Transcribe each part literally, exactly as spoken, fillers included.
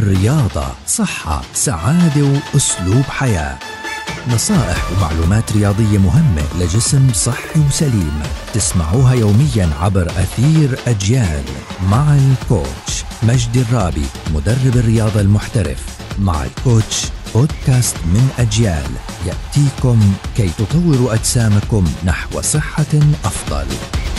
الرياضة، صحة، سعادة وأسلوب حياة. نصائح ومعلومات رياضية مهمة لجسم صحي وسليم، تسمعوها يوميا عبر أثير أجيال مع الكوتش مجدي الرابي، مدرب الرياضة المحترف. مع الكوتش بودكاست من أجيال يأتيكم كي تطوروا أجسامكم نحو صحة أفضل.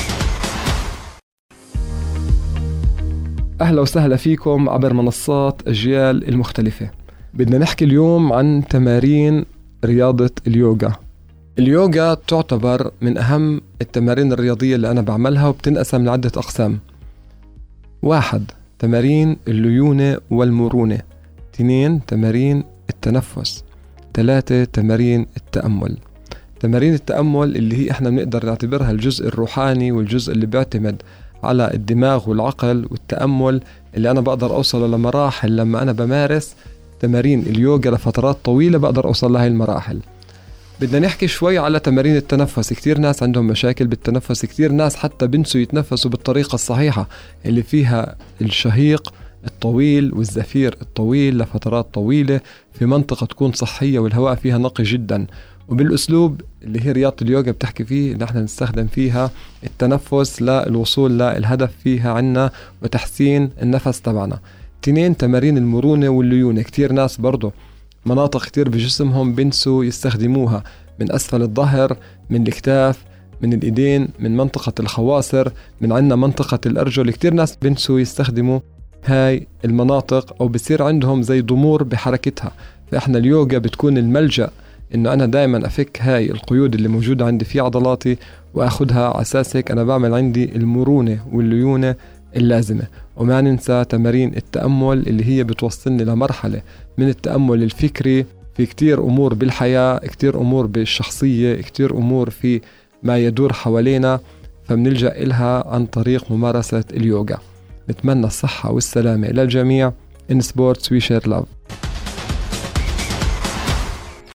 أهلا وسهلا فيكم عبر منصات أجيال المختلفة. بدنا نحكي اليوم عن تمارين رياضة اليوغا. اليوغا تعتبر من أهم التمارين الرياضية اللي أنا بعملها، وبتنقسم لعدة أقسام. واحد، تمارين الليونة والمرونة. اثنين، تمارين التنفس. ثلاثة، تمارين التأمل. تمارين التأمل اللي هي احنا بنقدر نعتبرها الجزء الروحاني والجزء اللي بيعتمد على الدماغ والعقل، والتأمل اللي أنا بقدر أوصل لمراحل لما أنا بمارس تمارين اليوغا لفترات طويلة بقدر أوصل لهاي المراحل. بدنا نحكي شوي على تمارين التنفس. كتير ناس عندهم مشاكل بالتنفس، كتير ناس حتى بنسوا يتنفسوا بالطريقة الصحيحة اللي فيها الشهيق الطويل والزفير الطويل لفترات طويلة في منطقة تكون صحية والهواء فيها نقي جدا، وبالأسلوب اللي هي رياضة اليوغا بتحكي فيه اللي احنا نستخدم فيها التنفس للوصول للهدف فيها عنا وتحسين النفس تبعنا. تنين، تمارين المرونة والليونة. كتير ناس برضو مناطق كتير بجسمهم بنسوا يستخدموها، من أسفل الظهر، من الكتاف، من الإيدين، من منطقة الخواصر، من عنا منطقة الأرجل. كتير ناس بنسوا يستخدموا هاي المناطق أو بصير عندهم زي ضمور بحركتها. فإحنا اليوغا بتكون الملجأ إنه أنا دائما أفك هاي القيود اللي موجودة عندي في عضلاتي وأخدها على أساسك. أنا بعمل عندي المرونة والليونة اللازمة. وما ننسى تمارين التأمل اللي هي بتوصلني لمرحلة من التأمل الفكري في كتير أمور بالحياة، كتير أمور بالشخصية، كتير أمور في ما يدور حوالينا، فبنلجأ إلها عن طريق ممارسة اليوغا. نتمنى الصحة والسلامة للجميع. In sports we share love.